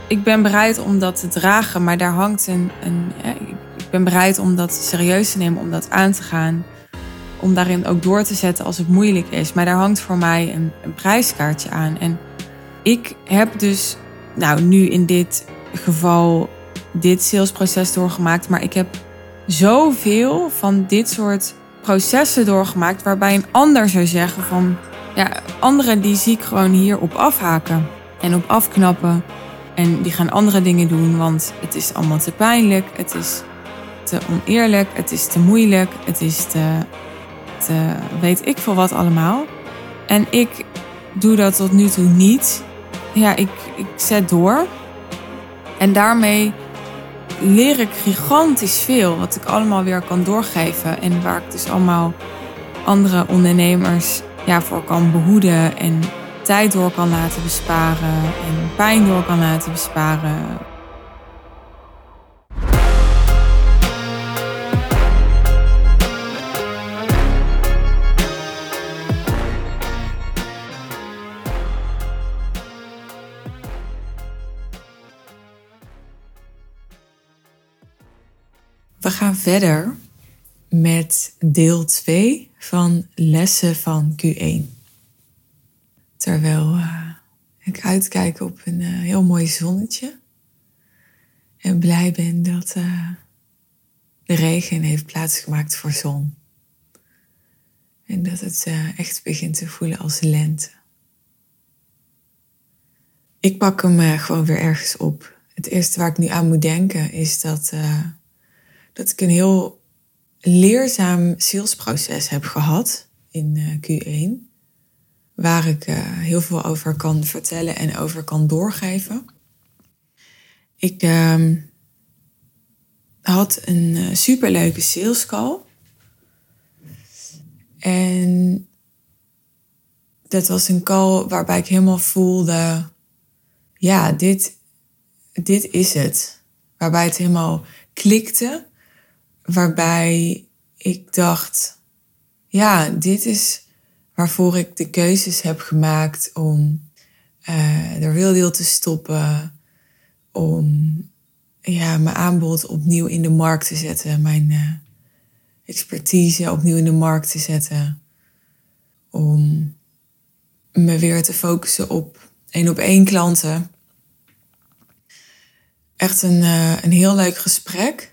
ik ben bereid om dat te dragen, maar daar hangt ik ben bereid om dat serieus te nemen, om dat aan te gaan. Om daarin ook door te zetten als het moeilijk is. Maar daar hangt voor mij een prijskaartje aan. En ik heb dus nu in dit geval dit salesproces doorgemaakt. Maar ik heb zoveel van dit soort processen doorgemaakt waarbij een ander zou zeggen van... Ja, anderen die zie ik gewoon hierop afhaken en op afknappen. En die gaan andere dingen doen, want het is allemaal te pijnlijk. Het is te oneerlijk, het is te moeilijk, het is te weet ik veel wat allemaal. En ik doe dat tot nu toe niet. Ja, ik zet door. En daarmee leer ik gigantisch veel wat ik allemaal weer kan doorgeven. En waar ik dus allemaal andere ondernemers voor kan behoeden. En tijd door kan laten besparen. En pijn door kan laten besparen. We gaan verder met deel 2 van lessen van Q1. Terwijl ik uitkijk op een heel mooi zonnetje. En blij ben dat de regen heeft plaatsgemaakt voor zon. En dat het echt begint te voelen als lente. Ik pak hem gewoon weer ergens op. Het eerste waar ik nu aan moet denken is dat ik een heel leerzaam salesproces heb gehad in Q1. Waar ik heel veel over kan vertellen en over kan doorgeven. Ik had een superleuke sales call. En dat was een call waarbij ik helemaal voelde... Ja, dit is het. Waarbij het helemaal klikte. Waarbij ik dacht, ja, dit is waarvoor ik de keuzes heb gemaakt om de Real Deal te stoppen. Om mijn aanbod opnieuw in de markt te zetten. Mijn expertise opnieuw in de markt te zetten. Om me weer te focussen op 1-op-1 klanten. Echt een heel leuk gesprek.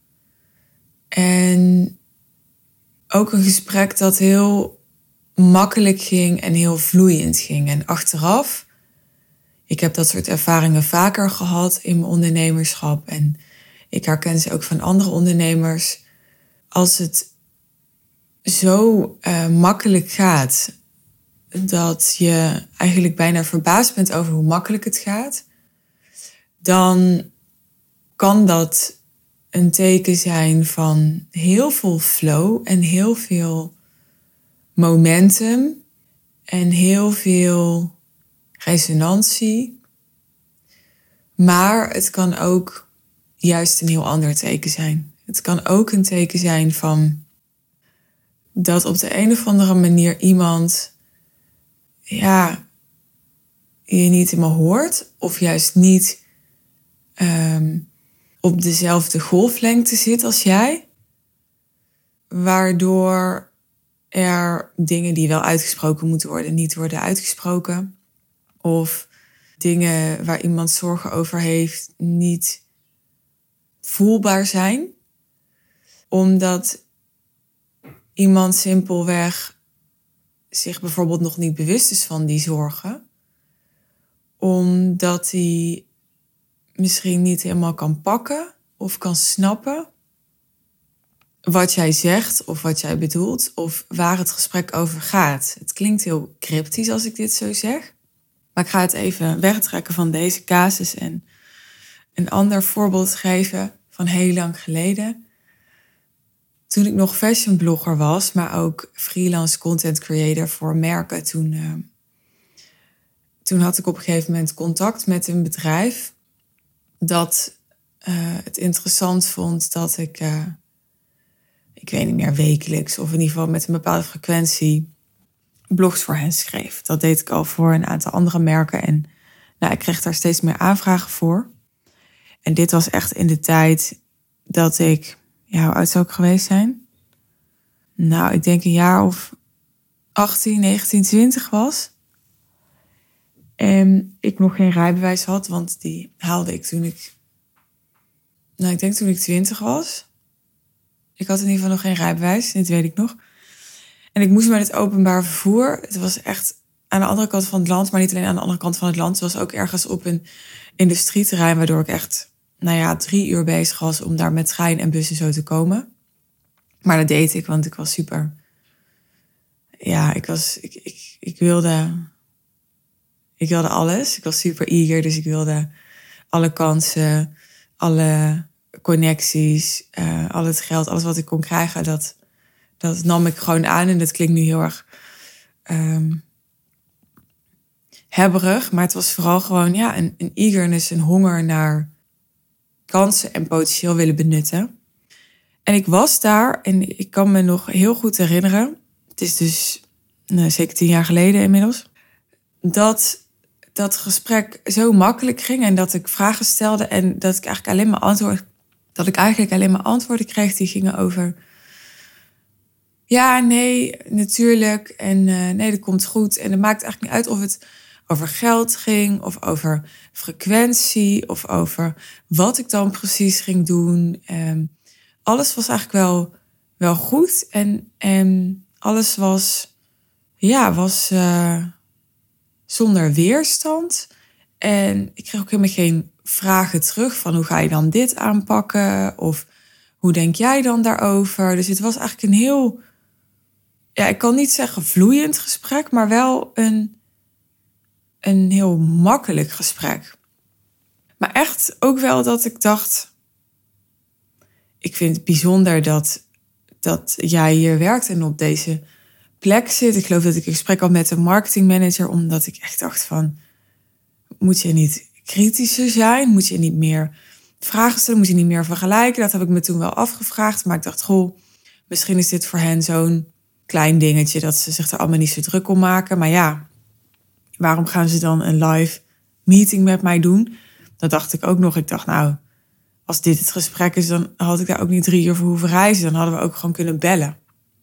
En ook een gesprek dat heel makkelijk ging en heel vloeiend ging. En achteraf, ik heb dat soort ervaringen vaker gehad in mijn ondernemerschap. En ik herken ze ook van andere ondernemers. Als het zo makkelijk gaat, dat je eigenlijk bijna verbaasd bent over hoe makkelijk het gaat, dan kan dat een teken zijn van heel veel flow en heel veel momentum en heel veel resonantie. Maar het kan ook juist een heel ander teken zijn. Het kan ook een teken zijn van dat op de een of andere manier iemand je niet helemaal hoort of juist niet op dezelfde golflengte zit als jij. Waardoor er dingen die wel uitgesproken moeten worden, niet worden uitgesproken. Of dingen waar iemand zorgen over heeft, niet voelbaar zijn. Omdat iemand simpelweg zich bijvoorbeeld nog niet bewust is van die zorgen. Omdat hij misschien niet helemaal kan pakken of kan snappen wat jij zegt of wat jij bedoelt of waar het gesprek over gaat. Het klinkt heel cryptisch als ik dit zo zeg. Maar ik ga het even wegtrekken van deze casus en een ander voorbeeld geven van heel lang geleden. Toen ik nog fashionblogger was, maar ook freelance content creator voor merken. Toen had ik op een gegeven moment contact met een bedrijf dat het interessant vond dat ik weet niet meer, wekelijks of in ieder geval met een bepaalde frequentie blogs voor hen schreef. Dat deed ik al voor een aantal andere merken en Nou, ik kreeg daar steeds meer aanvragen voor. En dit was echt in de tijd dat ik... Ja, hoe oud zou ik geweest zijn? Nou, ik denk een jaar of 18, 19, 20 was. En ik nog geen rijbewijs had, want die haalde ik toen ik... Nou, ik denk toen ik 20 was. Ik had in ieder geval nog geen rijbewijs, dit weet ik nog. En ik moest met het openbaar vervoer. Het was echt aan de andere kant van het land, maar niet alleen aan de andere kant van het land. Het was ook ergens op een industrieterrein, waardoor ik echt 3 uur bezig was om daar met trein en bus en zo te komen. Maar dat deed ik, want ik was super... Ja, ik wilde alles. Ik was super eager, dus ik wilde alle kansen, alle connecties, al het geld, alles wat ik kon krijgen, dat nam ik gewoon aan. En dat klinkt nu heel erg hebberig, maar het was vooral gewoon een eagerness, een honger naar kansen en potentieel willen benutten. En ik was daar en ik kan me nog heel goed herinneren, het is dus zeker 10 jaar geleden inmiddels, dat gesprek zo makkelijk ging en dat ik vragen stelde en dat ik eigenlijk alleen maar antwoorden kreeg die gingen over... Ja, nee, natuurlijk. En nee, dat komt goed. En het maakt eigenlijk niet uit of het over geld ging, of over frequentie, of over wat ik dan precies ging doen. Alles was eigenlijk wel goed. En alles was zonder weerstand. En ik kreeg ook helemaal geen vragen terug van hoe ga je dan dit aanpakken? Of hoe denk jij dan daarover? Dus het was eigenlijk een heel... Ja, ik kan niet zeggen vloeiend gesprek, maar wel een heel makkelijk gesprek. Maar echt ook wel dat ik dacht... Ik vind het bijzonder dat jij hier werkt en op deze plek zit. Ik geloof dat ik een gesprek had met een marketingmanager, omdat ik echt dacht van... Moet je niet kritischer zijn? Moet je niet meer vragen stellen? Moet je niet meer vergelijken? Dat heb ik me toen wel afgevraagd. Maar ik dacht, misschien is dit voor hen zo'n klein dingetje dat ze zich er allemaal niet zo druk om maken. Maar ja, waarom gaan ze dan een live meeting met mij doen? Dat dacht ik ook nog. Ik dacht, nou, als dit het gesprek is, dan had ik daar ook niet 3 uur voor hoeven reizen. Dan hadden we ook gewoon kunnen bellen.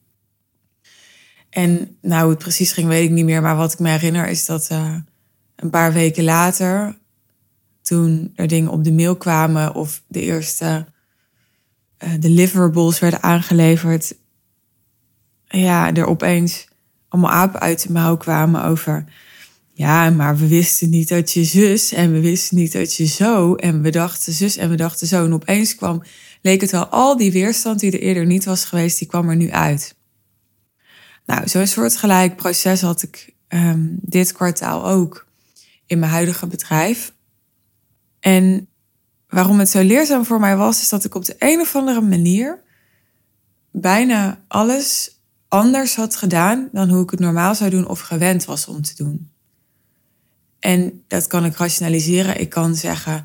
En nou, hoe het precies ging, weet ik niet meer. Maar wat ik me herinner is dat een paar weken later, toen er dingen op de mail kwamen of de eerste deliverables werden aangeleverd, ja, er opeens allemaal apen uit de mouw kwamen over... Ja, maar we wisten niet dat je zus en we wisten niet dat je zo en we dachten zus en we dachten zo. En opeens leek het wel al die weerstand die er eerder niet was geweest, die kwam er nu uit. Nou, zo'n soortgelijk proces had ik dit kwartaal ook in mijn huidige bedrijf. En waarom het zo leerzaam voor mij was, is dat ik op de een of andere manier bijna alles anders had gedaan dan hoe ik het normaal zou doen of gewend was om te doen. En dat kan ik rationaliseren. Ik kan zeggen,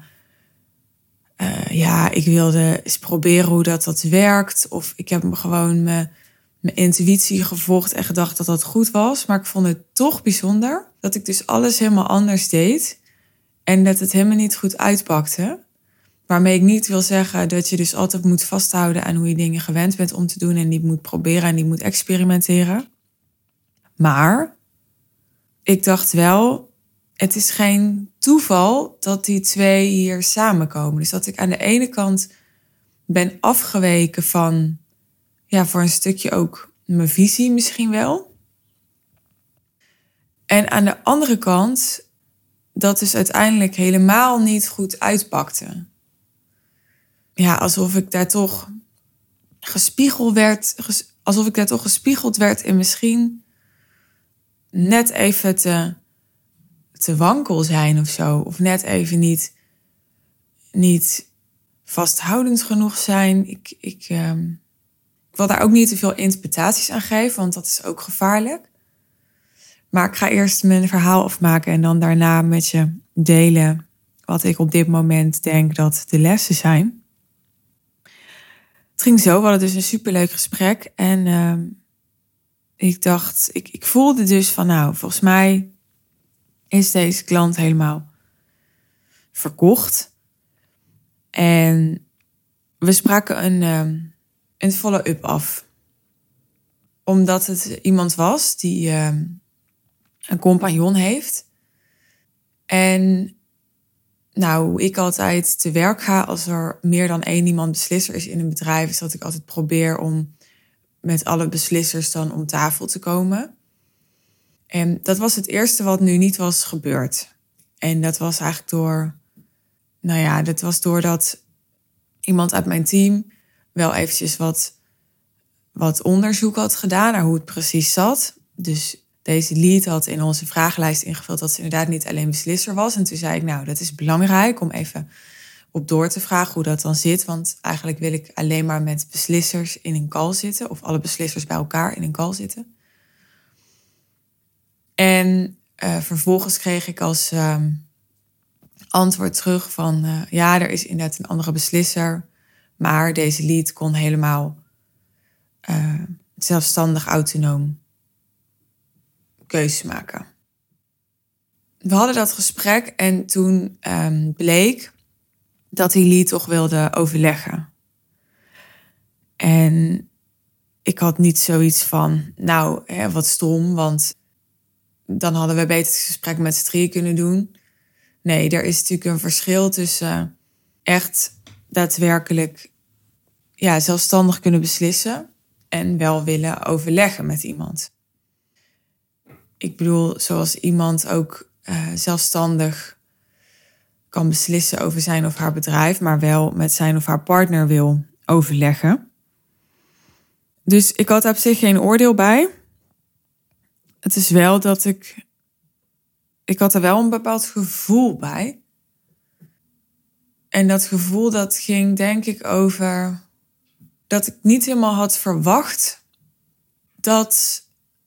ik wilde eens proberen hoe dat werkt. Of ik heb me gewoon mijn intuïtie gevolgd en gedacht dat dat goed was. Maar ik vond het toch bijzonder dat ik dus alles helemaal anders deed. En dat het helemaal niet goed uitpakte. Waarmee ik niet wil zeggen dat je dus altijd moet vasthouden aan hoe je dingen gewend bent om te doen. En niet moet proberen en niet moet experimenteren. Maar ik dacht wel, het is geen toeval dat die twee hier samenkomen. Dus dat ik aan de ene kant ben afgeweken van, voor een stukje ook mijn visie misschien wel. En aan de andere kant dat dus uiteindelijk helemaal niet goed uitpakte. Ja, alsof ik daar toch gespiegeld werd in misschien net even te wankel zijn of zo. Of net even niet vasthoudend genoeg zijn. Ik wil daar ook niet te veel interpretaties aan geven, want dat is ook gevaarlijk. Maar ik ga eerst mijn verhaal afmaken en dan daarna met je delen wat ik op dit moment denk dat de lessen zijn. Het ging zo, we hadden dus een superleuk gesprek. En ik dacht, ik voelde dus van volgens mij is deze klant helemaal verkocht. En we spraken een follow-up af. Omdat het iemand was die een compagnon heeft. En nou, hoe ik altijd te werk ga als er meer dan één iemand beslisser is in een bedrijf, is dat ik altijd probeer om met alle beslissers dan om tafel te komen. En dat was het eerste wat nu niet was gebeurd. En dat was eigenlijk doordat iemand uit mijn team wel eventjes wat onderzoek had gedaan naar hoe het precies zat. Dus deze lead had in onze vragenlijst ingevuld dat ze inderdaad niet alleen beslisser was. En toen zei ik, nou, dat is belangrijk om even op door te vragen hoe dat dan zit. Want eigenlijk wil ik alleen maar met beslissers in een call zitten. Of alle beslissers bij elkaar in een call zitten. En vervolgens kreeg ik als antwoord terug van... ja, er is inderdaad een andere beslisser. Maar deze lead kon helemaal zelfstandig, autonoom keuzes maken. We hadden dat gesprek en toen bleek dat die lead toch wilde overleggen. En ik had niet zoiets van, nou, wat stom, want dan hadden we beter het gesprek met z'n drieën kunnen doen. Nee, er is natuurlijk een verschil tussen echt daadwerkelijk zelfstandig kunnen beslissen en wel willen overleggen met iemand. Ik bedoel, zoals iemand ook zelfstandig kan beslissen over zijn of haar bedrijf, maar wel met zijn of haar partner wil overleggen. Dus ik had op zich geen oordeel bij. Het is wel dat ik had er wel een bepaald gevoel bij. En dat gevoel dat ging denk ik over dat ik niet helemaal had verwacht dat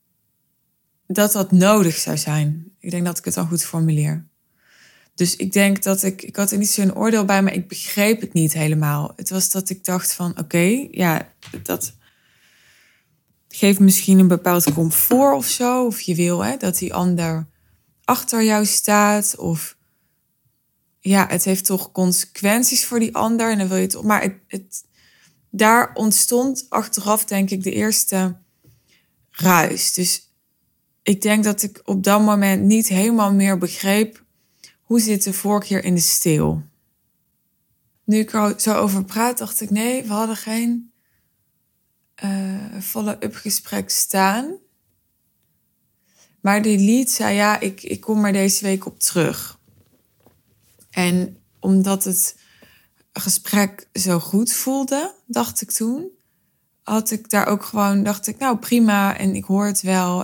nodig zou zijn. Ik denk dat ik het dan goed formuleer. Dus ik denk dat ik had er niet zo'n oordeel bij, maar ik begreep het niet helemaal. Het was dat ik dacht van oké, dat geeft misschien een bepaald comfort of zo. Of je wil dat die ander achter jou staat. Of het heeft toch consequenties voor die ander. En dan wil je toch. Maar daar ontstond achteraf denk ik de eerste ruis. Dus ik denk dat ik op dat moment niet helemaal meer begreep hoe zit de vork hier in de steel. Nu ik er zo over praat, dacht ik nee, we hadden geen follow-up gesprek staan. Maar die lead zei ik kom er deze week op terug. En omdat het gesprek zo goed voelde, dacht ik toen, had ik daar ook gewoon, dacht ik, nou prima en ik hoor het wel.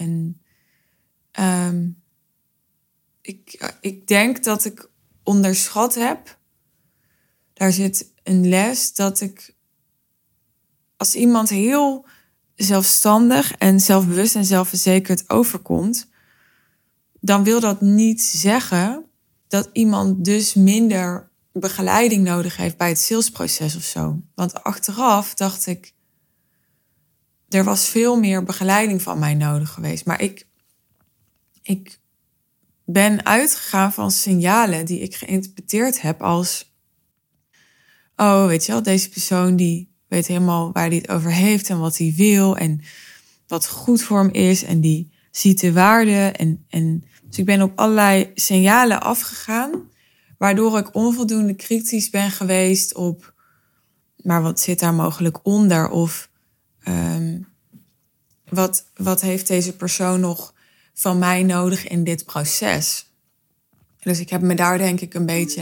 Ik denk dat ik onderschat heb, daar zit een les, dat ik als iemand heel zelfstandig en zelfbewust en zelfverzekerd overkomt, dan wil dat niet zeggen dat iemand dus minder begeleiding nodig heeft bij het salesproces of zo. Want achteraf dacht ik, er was veel meer begeleiding van mij nodig geweest. Maar ik ben uitgegaan van signalen die ik geïnterpreteerd heb als, oh, weet je wel, deze persoon die weet helemaal waar hij het over heeft en wat hij wil en wat goed voor hem is en die ziet de waarde. Dus ik ben op allerlei signalen afgegaan, waardoor ik onvoldoende kritisch ben geweest op, maar wat zit daar mogelijk onder? Of wat heeft deze persoon nog van mij nodig in dit proces? Dus ik heb me daar denk ik een beetje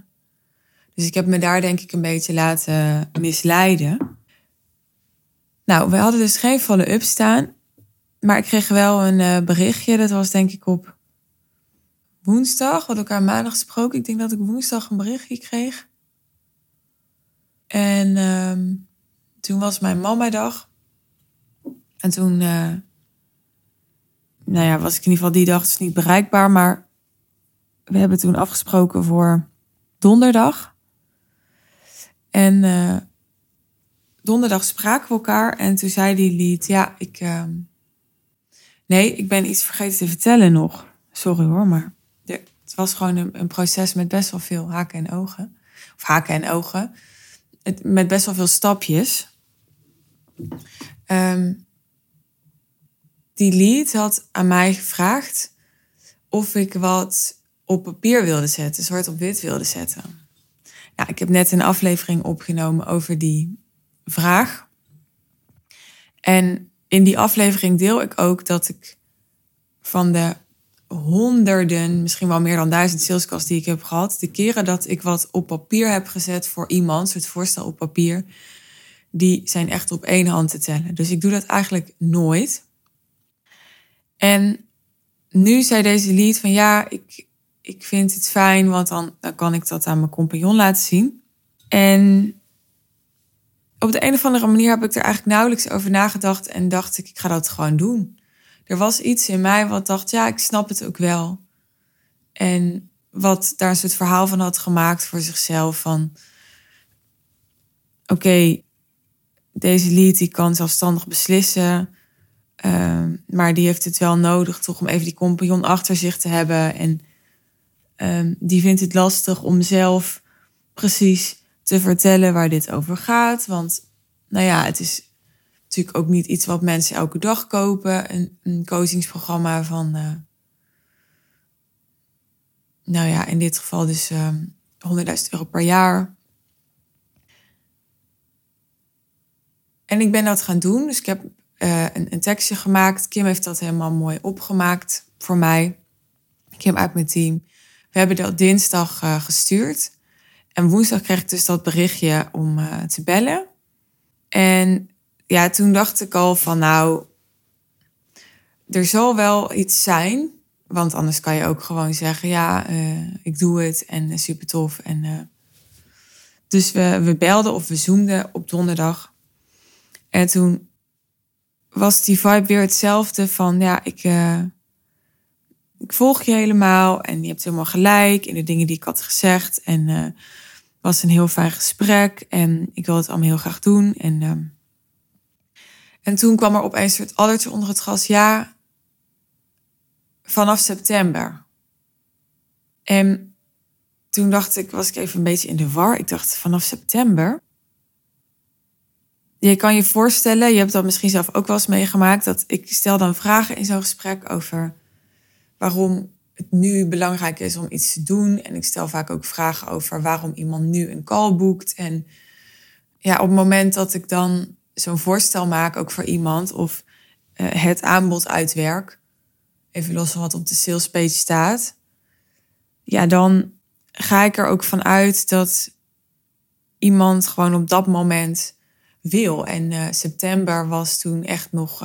laten misleiden. Nou, we hadden dus geen follow-up staan. Maar ik kreeg wel een berichtje. Dat was denk ik op woensdag. We hadden elkaar maandag gesproken. Ik denk dat ik woensdag een berichtje kreeg. En toen was mijn mamadag. En toen was ik in ieder geval die dag dus niet bereikbaar. Maar we hebben toen afgesproken voor donderdag. En donderdag spraken we elkaar. En toen zei die lead, ik ben iets vergeten te vertellen nog. Sorry hoor, maar Het was gewoon een proces met best wel veel haken en ogen. Of haken en ogen. Met best wel veel stapjes. Die lead had aan mij gevraagd of ik wat op papier wilde zetten, zwart op wit wilde zetten. Nou, ik heb net een aflevering opgenomen over die vraag. En in die aflevering deel ik ook dat ik van de honderden, misschien wel meer dan 1000 salescalls die ik heb gehad, de keren dat ik wat op papier heb gezet voor iemand, een soort voorstel op papier, die zijn echt op één hand te tellen. Dus ik doe dat eigenlijk nooit. En nu zei deze lead van ja, ik vind het fijn, want dan kan ik dat aan mijn compagnon laten zien. En op de een of andere manier heb ik er eigenlijk nauwelijks over nagedacht en dacht ik ga dat gewoon doen. Er was iets in mij wat dacht, ja, ik snap het ook wel. En wat daar een soort verhaal van had gemaakt voor zichzelf van oké, deze lead die kan zelfstandig beslissen, maar die heeft het wel nodig toch om even die compagnon achter zich te hebben. En die vindt het lastig om zelf precies te vertellen waar dit over gaat. Want nou ja, het is natuurlijk ook niet iets wat mensen elke dag kopen. Een coachingsprogramma van, nou ja, in dit geval dus €100.000 per jaar. En ik ben dat gaan doen. Dus ik heb een tekstje gemaakt. Kim heeft dat helemaal mooi opgemaakt voor mij. Kim uit mijn team. We hebben dat dinsdag gestuurd. En woensdag kreeg ik dus dat berichtje om te bellen. En ja, toen dacht ik al van nou, er zal wel iets zijn. Want anders kan je ook gewoon zeggen, ja, ik doe het en super tof. En, dus we belden of we zoomden op donderdag. En toen was die vibe weer hetzelfde van ja, ik volg je helemaal en je hebt helemaal gelijk in de dingen die ik had gezegd. En het was een heel fijn gesprek en ik wil het allemaal heel graag doen. En toen kwam er opeens het addertje onder het gras. Ja, vanaf september. En toen was ik even een beetje in de war. Ik dacht, vanaf september? Je kan je voorstellen, je hebt dat misschien zelf ook wel eens meegemaakt, dat ik stel dan vragen in zo'n gesprek over waarom het nu belangrijk is om iets te doen. En ik stel vaak ook vragen over waarom iemand nu een call boekt. En ja, op het moment dat ik dan zo'n voorstel maak, ook voor iemand, of het aanbod uitwerk, even los van wat op de salespage staat, ja, dan ga ik er ook van uit dat iemand gewoon op dat moment wil. En september was toen echt nog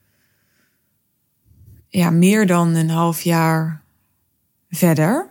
meer dan een half jaar verder.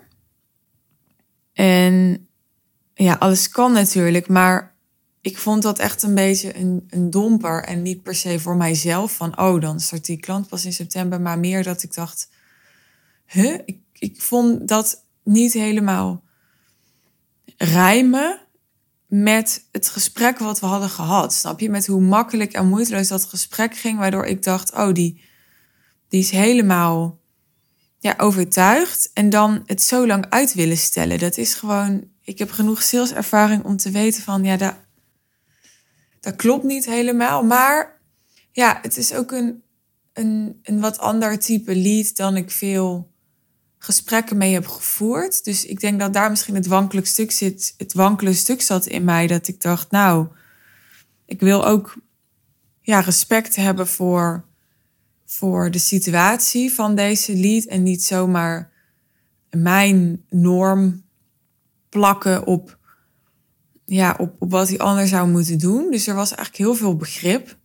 En ja, alles kan natuurlijk, maar ik vond dat echt een beetje een domper. En niet per se voor mijzelf van, oh, dan start die klant pas in september. Maar meer dat ik dacht, ik vond dat niet helemaal rijmen met het gesprek wat we hadden gehad. Snap je? Met hoe makkelijk en moeiteloos dat gesprek ging. Waardoor ik dacht, oh, die is helemaal overtuigd. En dan het zo lang uit willen stellen. Dat is gewoon, ik heb genoeg saleservaring om te weten van, ja, dat klopt niet helemaal. Maar ja, het is ook een wat ander type lead dan ik veel gesprekken mee heb gevoerd. Dus ik denk dat daar misschien het wankele stuk zit. Het wankele stuk zat in mij dat ik dacht, nou, ik wil ook respect hebben voor de situatie van deze lead en niet zomaar mijn norm plakken op wat hij anders zou moeten doen. Dus er was eigenlijk heel veel begrip.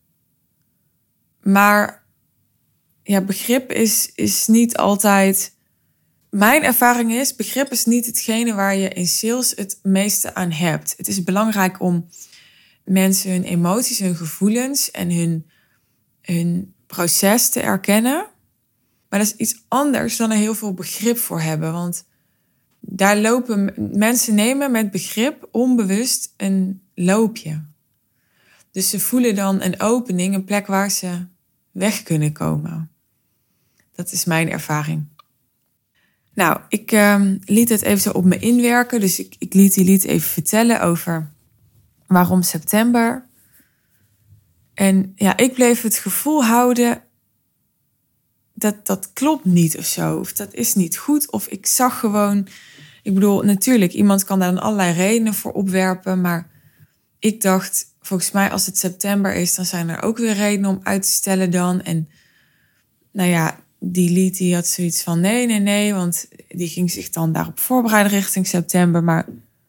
Maar ja, begrip is niet altijd. Mijn ervaring is, begrip is niet hetgene waar je in sales het meeste aan hebt. Het is belangrijk om mensen hun emoties, hun gevoelens en hun proces te erkennen. Maar dat is iets anders dan er heel veel begrip voor hebben. Want daar lopen mensen nemen met begrip onbewust een loopje. Dus ze voelen dan een opening, een plek waar ze weg kunnen komen. Dat is mijn ervaring. Nou, ik liet het even zo op me inwerken. Dus ik liet die lied even vertellen over waarom september. En ja, ik bleef het gevoel houden dat klopt niet of zo. Of dat is niet goed. Of ik zag gewoon... Ik bedoel, natuurlijk, iemand kan daar dan allerlei redenen voor opwerpen. Maar ik dacht, volgens mij als het september is, dan zijn er ook weer redenen om uit te stellen dan. En nou ja, die lied die had zoiets van nee. Want die ging zich dan daarop voorbereiden richting september. Maar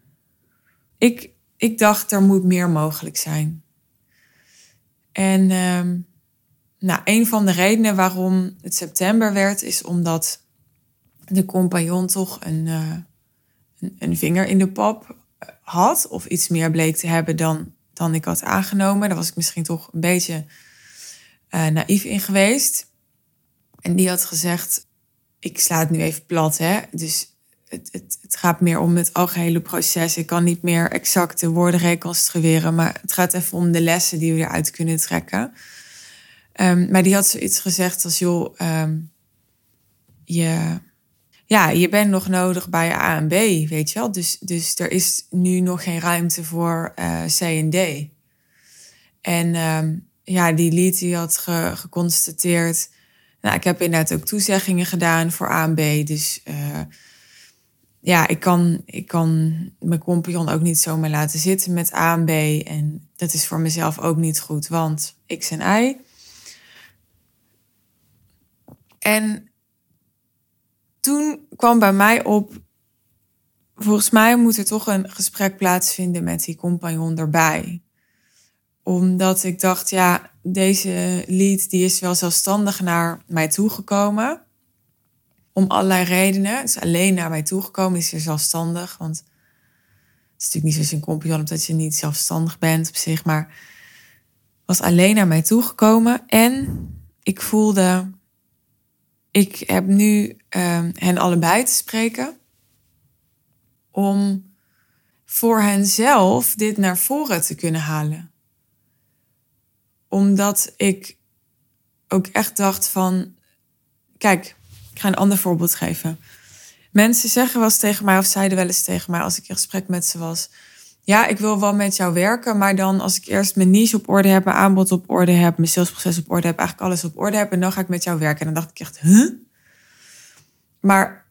ik dacht, er moet meer mogelijk zijn. En nou, een van de redenen waarom het september werd, is omdat de compagnon toch een vinger in de pap had. Of iets meer bleek te hebben dan ik had aangenomen. Daar was ik misschien toch een beetje naïef in geweest. En die had gezegd, ik sla het nu even plat, hè. Dus het gaat meer om het algehele proces. Ik kan niet meer exact de woorden reconstrueren. Maar het gaat even om de lessen die we eruit kunnen trekken. Maar die had zoiets gezegd als, joh, je bent nog nodig bij A en B, weet je wel. Dus er is nu nog geen ruimte voor C en D. En die lied die had geconstateerd... Nou, ik heb inderdaad ook toezeggingen gedaan voor A en B. Dus ik kan mijn compagnon ook niet zomaar laten zitten met A en B. En dat is voor mezelf ook niet goed, want X en Y. En toen kwam bij mij op, volgens mij moet er toch een gesprek plaatsvinden met die compagnon erbij. Omdat ik dacht, ja, deze lied die is wel zelfstandig naar mij toegekomen. Om allerlei redenen. Het is alleen naar mij toegekomen, is hij zelfstandig. Want het is natuurlijk niet zoals een compagnon, omdat je niet zelfstandig bent op zich. Maar was alleen naar mij toegekomen. En ik voelde, ik heb nu hen allebei te spreken. Om voor henzelf dit naar voren te kunnen halen. Omdat ik ook echt dacht van... Kijk, ik ga een ander voorbeeld geven. Mensen zeggen wel eens tegen mij, of zeiden wel eens tegen mij... als ik in gesprek met ze was... ja, ik wil wel met jou werken... maar dan als ik eerst mijn niche op orde heb... mijn aanbod op orde heb... mijn salesproces op orde heb... eigenlijk alles op orde heb... en dan ga ik met jou werken. En dan dacht ik echt, huh? Maar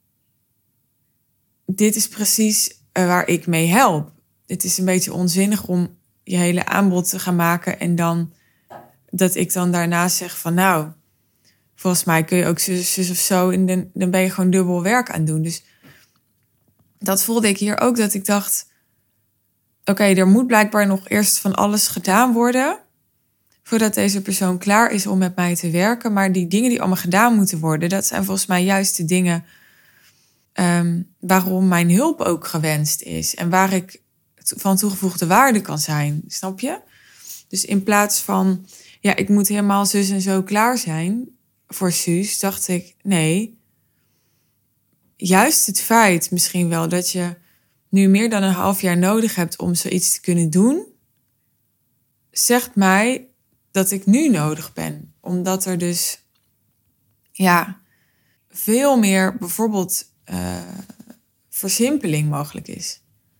dit is precies waar ik mee help. Het is een beetje onzinnig om je hele aanbod te gaan maken... en dan dat ik dan daarna zeg van nou... volgens mij kun je ook zus of zo... en dan ben je gewoon dubbel werk aan het doen. Dus dat voelde ik hier ook, dat ik dacht... oké, er moet blijkbaar nog eerst van alles gedaan worden... voordat deze persoon klaar is om met mij te werken. Maar die dingen die allemaal gedaan moeten worden... dat zijn volgens mij juist de dingen... waarom mijn hulp ook gewenst is. En waar ik van toegevoegde waarde kan zijn. Snap je? Dus in plaats van... ja, ik moet helemaal zus en zo klaar zijn... voor Suus, dacht ik, nee. Juist het feit misschien wel dat je nu meer dan een half jaar nodig hebt om zoiets te kunnen doen, zegt mij dat ik nu nodig ben. Omdat er dus veel meer bijvoorbeeld versimpeling mogelijk is.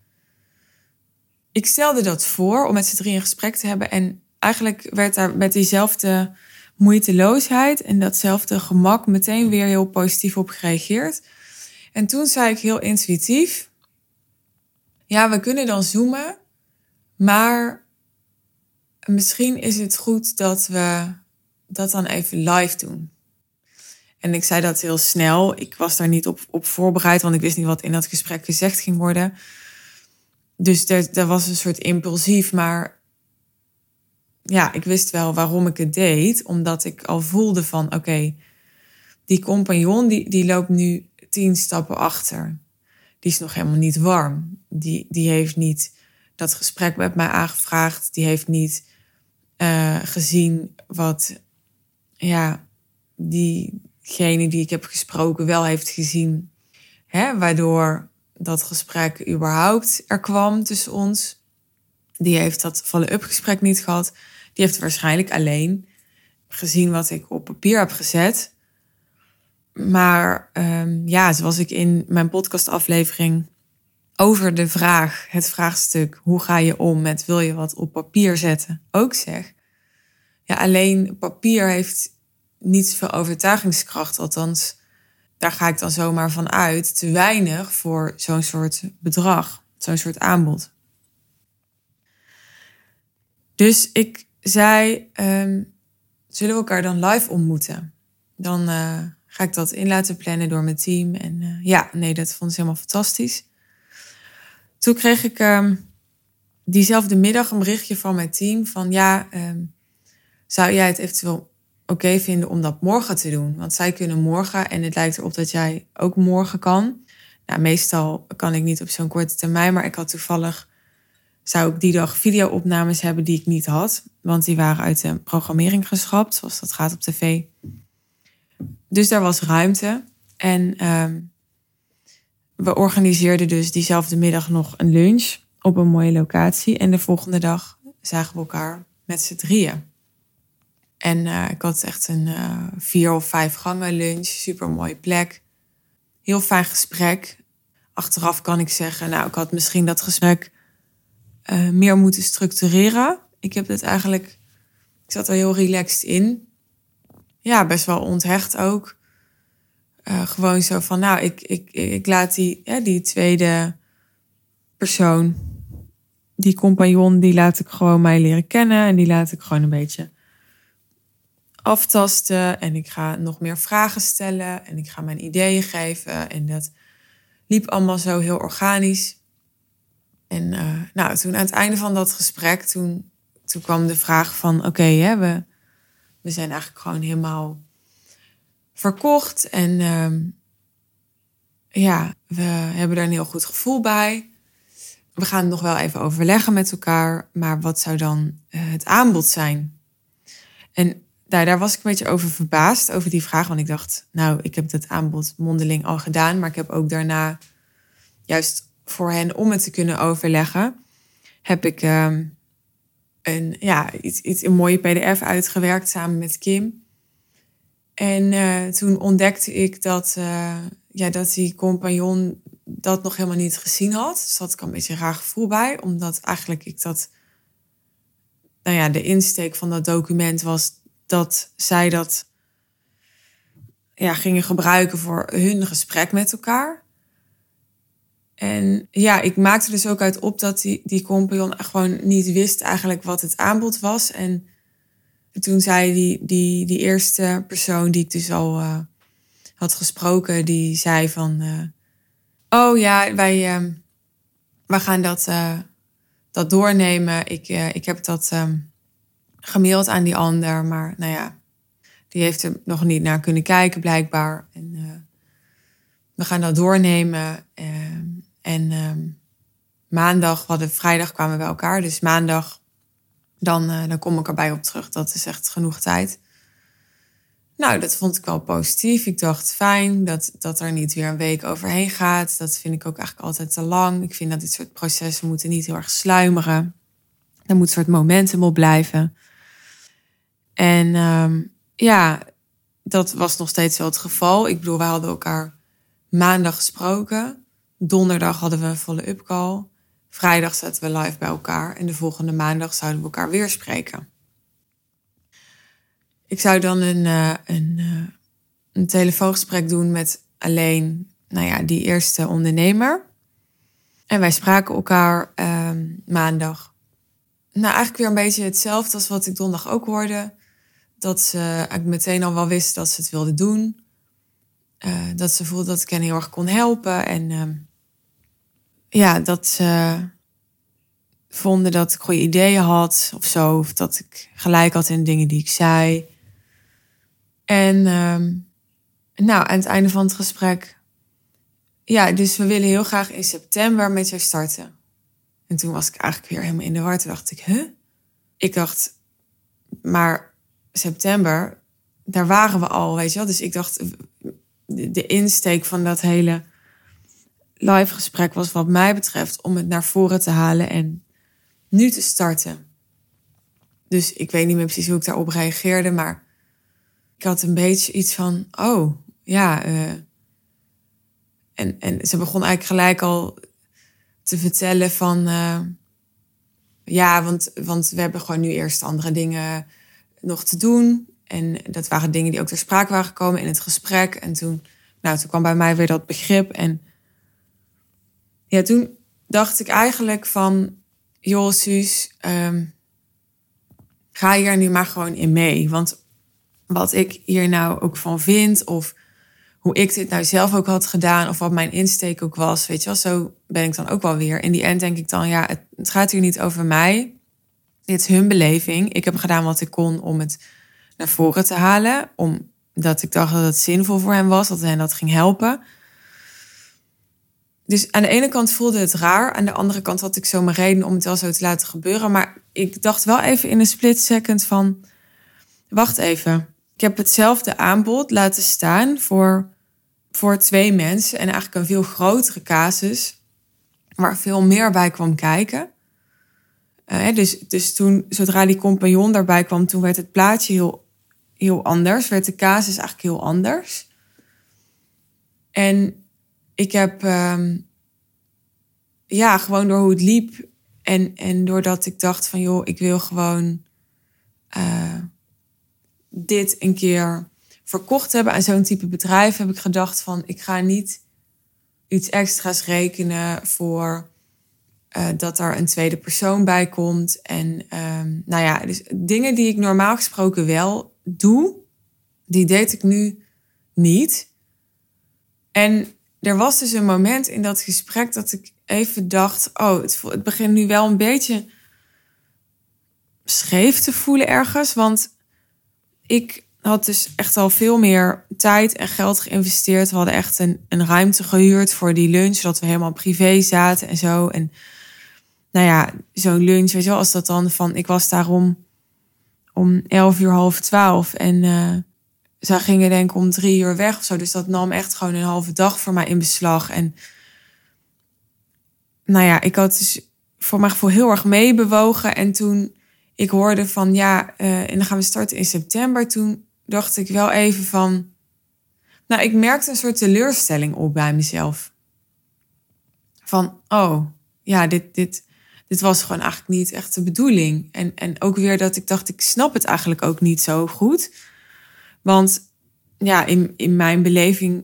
Ik stelde dat voor om met z'n drieën een gesprek te hebben en eigenlijk werd daar met diezelfde moeiteloosheid en datzelfde gemak meteen weer heel positief op gereageerd. En toen zei ik heel intuïtief, ja, we kunnen dan zoomen, maar misschien is het goed dat we dat dan even live doen. En ik zei dat heel snel. Ik was daar niet op voorbereid, want ik wist niet wat in dat gesprek gezegd ging worden. Dus er was een soort impulsief, maar ja, ik wist wel waarom ik het deed. Omdat ik al voelde van, oké, die compagnon die loopt nu 10 stappen achter. Die is nog helemaal niet warm. Die heeft niet dat gesprek met mij aangevraagd. Die heeft niet gezien wat diegene die ik heb gesproken wel heeft gezien. Waardoor dat gesprek überhaupt er kwam tussen ons. Die heeft dat follow-up gesprek niet gehad. Die heeft waarschijnlijk alleen gezien wat ik op papier heb gezet. Maar zoals ik in mijn podcastaflevering over het vraagstuk hoe ga je om met wil je wat op papier zetten ook zeg. Ja, alleen papier heeft niet zoveel overtuigingskracht. Althans, daar ga ik dan zomaar van uit. Te weinig voor zo'n soort bedrag, zo'n soort aanbod. Dus ik zei, zullen we elkaar dan live ontmoeten? Dan ga ik dat in laten plannen door mijn team. En dat vond ze helemaal fantastisch. Toen kreeg ik diezelfde middag een berichtje van mijn team van zou jij het eventueel oké vinden om dat morgen te doen? Want zij kunnen morgen en het lijkt erop dat jij ook morgen kan. Nou, meestal kan ik niet op zo'n korte termijn, maar ik had zou ik die dag video-opnames hebben die ik niet had. Want die waren uit de programmering geschrapt, zoals dat gaat op tv. Dus daar was ruimte. En we organiseerden dus diezelfde middag nog een lunch op een mooie locatie. En de volgende dag zagen we elkaar met z'n drieën. En ik had echt een 4 of 5 gangen lunch. Super mooie plek. Heel fijn gesprek. Achteraf kan ik zeggen, ik had misschien dat gesprek meer moeten structureren. Ik zat er heel relaxed in. Ja, best wel onthecht ook. Gewoon zo van, ik laat die tweede persoon, die compagnon, die laat ik gewoon mij leren kennen. En die laat ik gewoon een beetje aftasten. En ik ga nog meer vragen stellen. En ik ga mijn ideeën geven. En dat liep allemaal zo heel organisch. En toen aan het einde van dat gesprek, toen kwam de vraag van, we zijn eigenlijk gewoon helemaal verkocht. En we hebben daar een heel goed gevoel bij. We gaan het nog wel even overleggen met elkaar. Maar wat zou dan het aanbod zijn? En daar was ik een beetje over verbaasd, over die vraag. Want ik dacht, ik heb dat aanbod mondeling al gedaan. Maar ik heb ook daarna, juist voor hen om het te kunnen overleggen, heb ik een mooie pdf uitgewerkt samen met Kim. En toen ontdekte ik dat die compagnon dat nog helemaal niet gezien had. Dus had ik een beetje een raar gevoel bij. Omdat eigenlijk de insteek van dat document was dat zij dat gingen gebruiken voor hun gesprek met elkaar. En ik maakte dus ook uit op dat die compagnon gewoon niet wist eigenlijk wat het aanbod was. En toen zei die eerste persoon die ik dus al had gesproken, die zei van, wij gaan dat doornemen. Ik heb dat gemaild aan die ander, maar die heeft er nog niet naar kunnen kijken blijkbaar. En we gaan dat doornemen. Vrijdag kwamen we bij elkaar. Dus maandag, dan kom ik erbij op terug. Dat is echt genoeg tijd. Dat vond ik wel positief. Ik dacht, fijn dat er niet weer een week overheen gaat. Dat vind ik ook eigenlijk altijd te lang. Ik vind dat dit soort processen moeten niet heel erg sluimeren. Er moet een soort momentum op blijven. En dat was nog steeds wel het geval. Ik bedoel, we hadden elkaar maandag gesproken. Donderdag hadden we een follow-up call. Vrijdag zaten we live bij elkaar. En de volgende maandag zouden we elkaar weer spreken. Ik zou dan een telefoongesprek doen met alleen die eerste ondernemer. En wij spraken elkaar maandag. Eigenlijk weer een beetje hetzelfde als wat ik donderdag ook hoorde. Dat ze eigenlijk meteen al wel wist dat ze het wilde doen. Dat ze voelde dat ik hen heel erg kon helpen. En dat ze vonden dat ik goede ideeën had of zo. Of dat ik gelijk had in dingen die ik zei. En aan het einde van het gesprek, dus we willen heel graag in september met jou starten. En toen was ik eigenlijk weer helemaal in de war. Toen dacht ik, Ik dacht, maar september, daar waren we al, weet je wel. Dus ik dacht, de insteek van dat hele live gesprek was wat mij betreft om het naar voren te halen en nu te starten. Dus ik weet niet meer precies hoe ik daarop reageerde, maar ik had een beetje iets van, En ze begon eigenlijk gelijk al te vertellen van... want we hebben gewoon nu eerst andere dingen nog te doen. En dat waren dingen die ook ter sprake waren gekomen in het gesprek. En toen kwam bij mij weer dat begrip. En ja, toen dacht ik eigenlijk van... joh, Suus, ga hier nu maar gewoon in mee. Want wat ik hier nou ook van vind... of hoe ik dit nou zelf ook had gedaan... of wat mijn insteek ook was, weet je wel... zo ben ik dan ook wel weer. In die end denk ik dan, ja, het gaat hier niet over mij. Dit is hun beleving. Ik heb gedaan wat ik kon om het naar voren te halen. Omdat ik dacht dat het zinvol voor hen was, dat hen dat ging helpen. Dus aan de ene kant voelde het raar. Aan de andere kant had ik zo mijn reden om het wel zo te laten gebeuren. Maar ik dacht wel even in een split second van... wacht even, ik heb hetzelfde aanbod laten staan voor 2 mensen. En eigenlijk een veel grotere casus, waar veel meer bij kwam kijken. Dus toen, zodra die compagnon daarbij kwam... toen werd het plaatje heel anders. Werd de casus eigenlijk heel anders. En ik heb... gewoon door hoe het liep... en doordat ik dacht van... joh, ik wil gewoon... dit een keer verkocht hebben aan zo'n type bedrijf... heb ik gedacht van... ik ga niet iets extra's rekenen voor... dat er een tweede persoon bij komt. En dus dingen die ik normaal gesproken wel doe... die deed ik nu niet. En er was dus een moment in dat gesprek... dat ik even dacht... het begint nu wel een beetje scheef te voelen ergens. Want ik had dus echt al veel meer tijd en geld geïnvesteerd. We hadden echt een ruimte gehuurd voor die lunch... zodat we helemaal privé zaten en zo. En zo'n lunch, weet je wel, als dat dan van... ik was daar om 11:00, 11:30. En zij gingen denk ik om 3:00 weg of zo. Dus dat nam echt gewoon een halve dag voor mij in beslag. En ik had dus voor mijn gevoel heel erg meebewogen. En toen ik hoorde van en dan gaan we starten in september. Toen dacht ik wel even van... ik merkte een soort teleurstelling op bij mezelf. Van, dit was gewoon eigenlijk niet echt de bedoeling. En ook weer dat ik dacht, ik snap het eigenlijk ook niet zo goed. Want in mijn beleving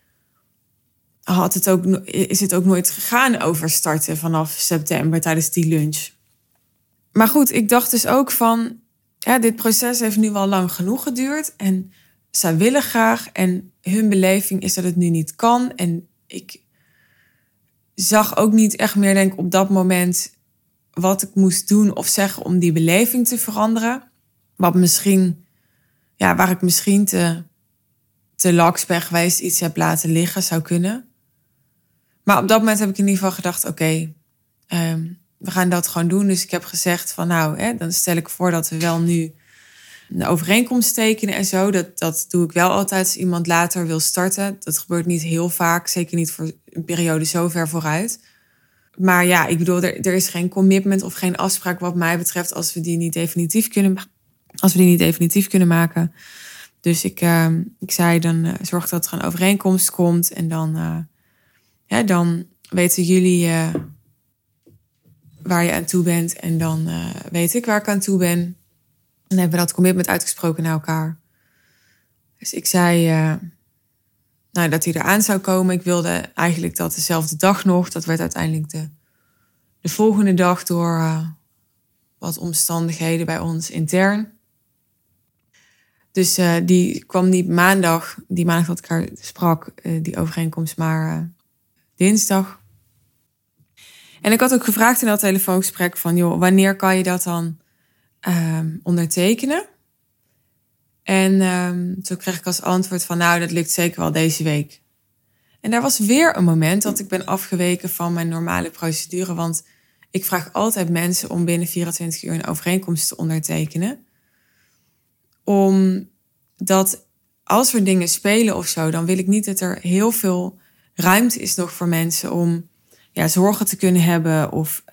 is het ook nooit gegaan over starten vanaf september tijdens die lunch. Maar goed, ik dacht dus ook van... dit proces heeft nu wel lang genoeg geduurd. En zij willen graag. En hun beleving is dat het nu niet kan. En ik zag ook niet echt meer, denk ik, op dat moment... wat ik moest doen of zeggen om die beleving te veranderen. Waar ik misschien te laks ben geweest, iets heb laten liggen, zou kunnen. Maar op dat moment heb ik in ieder geval gedacht... oké, we gaan dat gewoon doen. Dus ik heb gezegd van dan stel ik voor dat we wel nu een overeenkomst tekenen en zo. Dat doe ik wel altijd als iemand later wil starten. Dat gebeurt niet heel vaak, zeker niet voor een periode zo ver vooruit. Maar ik bedoel, er is geen commitment of geen afspraak wat mij betreft... als we die niet definitief kunnen maken. Dus ik zei, dan zorg dat er een overeenkomst komt. En dan weten jullie waar je aan toe bent. En dan weet ik waar ik aan toe ben. En dan hebben we dat commitment uitgesproken naar elkaar. Dus ik zei dat hij eraan zou komen. Ik wilde eigenlijk dat dezelfde dag nog. Dat werd uiteindelijk de volgende dag door wat omstandigheden bij ons intern. Dus die kwam niet maandag. Die maandag dat ik haar sprak, die overeenkomst, maar dinsdag. En ik had ook gevraagd in dat telefoongesprek van... joh, wanneer kan je dat dan ondertekenen? En toen kreeg ik als antwoord van... dat lukt zeker wel deze week. En daar was weer een moment dat ik ben afgeweken van mijn normale procedure. Want ik vraag altijd mensen om binnen 24 uur een overeenkomst te ondertekenen. Omdat als er dingen spelen of zo... dan wil ik niet dat er heel veel ruimte is nog voor mensen... om zorgen te kunnen hebben of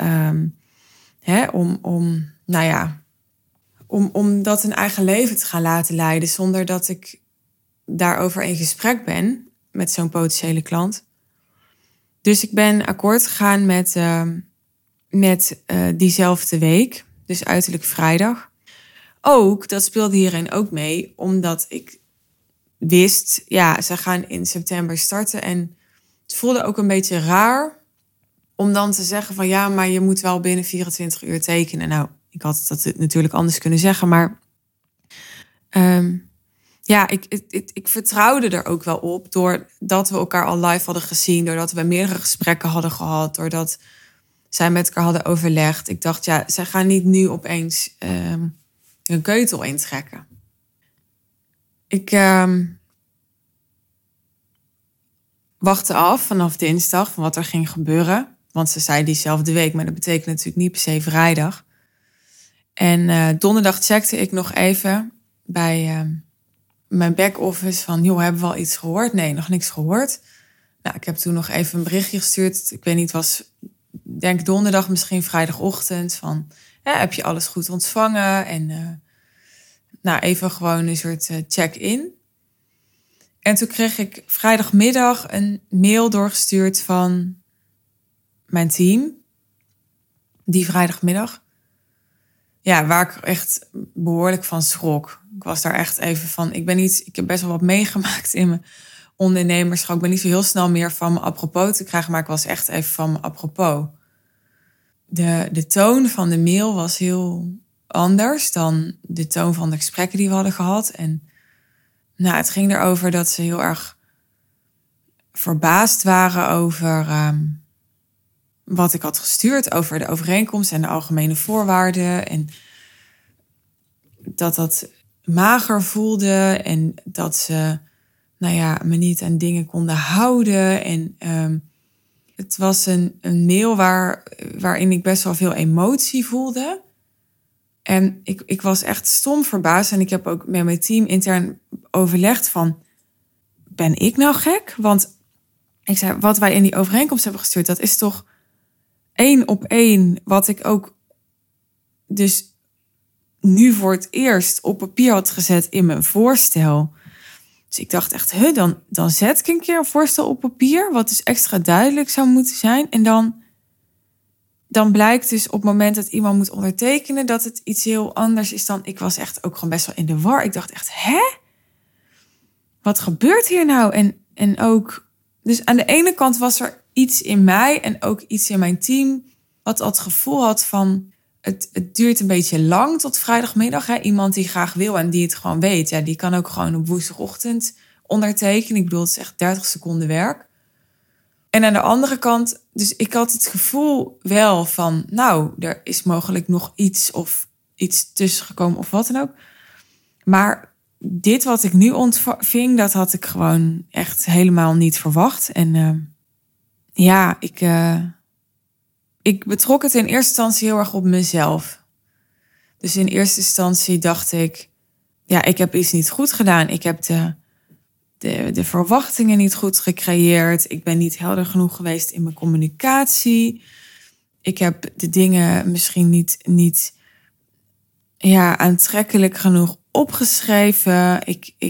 om dat een eigen leven te gaan laten leiden... zonder dat ik daarover in gesprek ben met zo'n potentiële klant. Dus ik ben akkoord gegaan met diezelfde week, dus uiterlijk vrijdag. Ook, dat speelde hierin ook mee, omdat ik wist, ja, ze gaan in september starten. En het voelde ook een beetje raar om dan te zeggen van ja, maar je moet wel binnen 24 uur tekenen. Nou, ik had dat natuurlijk anders kunnen zeggen, maar ja, ik vertrouwde er ook wel op, doordat we elkaar al live hadden gezien, doordat we meerdere gesprekken hadden gehad, doordat zij met elkaar hadden overlegd. Ik dacht, ja, zij gaan niet nu opeens een keutel intrekken. Ik wachtte af vanaf dinsdag van wat er ging gebeuren. Want ze zei diezelfde week, maar dat betekent natuurlijk niet per se vrijdag. En donderdag checkte ik nog even bij mijn back-office van, joh, hebben we al iets gehoord? Nee, nog niks gehoord. Nou, ik heb toen nog even een berichtje gestuurd. Ik weet niet, was denk donderdag, misschien vrijdagochtend. Van, heb je alles goed ontvangen? En nou, even gewoon een soort check-in. En toen kreeg ik vrijdagmiddag een mail doorgestuurd van mijn team. Die vrijdagmiddag. Ja, waar ik echt behoorlijk van schrok. Ik was daar echt even van. Ik heb best wel wat meegemaakt in mijn ondernemerschap. Ik ben niet zo heel snel meer van me apropos te krijgen, maar ik was echt even van me apropos. De toon van de mail was heel anders dan de toon van de gesprekken die we hadden gehad. En nou, het ging erover dat ze heel erg verbaasd waren over wat ik had gestuurd, over de overeenkomst en de algemene voorwaarden. En dat mager voelde en dat ze me niet aan dingen konden houden. En het was een mail waarin ik best wel veel emotie voelde. En ik was echt stom verbaasd. En ik heb ook met mijn team intern overlegd van, ben ik nou gek? Want ik zei, wat wij in die overeenkomst hebben gestuurd, dat is toch 1 op 1 wat ik ook dus nu voor het eerst op papier had gezet in mijn voorstel. Dus ik dacht echt, dan zet ik een keer een voorstel op papier, wat dus extra duidelijk zou moeten zijn. En dan blijkt dus op het moment dat iemand moet ondertekenen dat het iets heel anders is dan. Ik was echt ook gewoon best wel in de war. Ik dacht echt, wat gebeurt hier nou? En ook, dus aan de ene kant was er iets in mij en ook iets in mijn team wat al het gevoel had van, het duurt een beetje lang tot vrijdagmiddag. Hè? Iemand die graag wil en die het gewoon weet, ja, die kan ook gewoon op woensdagochtend ondertekenen. Ik bedoel, het is echt 30 seconden werk. En aan de andere kant, dus ik had het gevoel wel van, nou, er is mogelijk nog iets of iets tussengekomen of wat dan ook. Maar dit wat ik nu ontving, dat had ik gewoon echt helemaal niet verwacht. En ik betrok het in eerste instantie heel erg op mezelf. Dus in eerste instantie dacht ik, ja, ik heb iets niet goed gedaan. Ik heb de verwachtingen niet goed gecreëerd. Ik ben niet helder genoeg geweest in mijn communicatie. Ik heb de dingen misschien niet aantrekkelijk genoeg opgeschreven.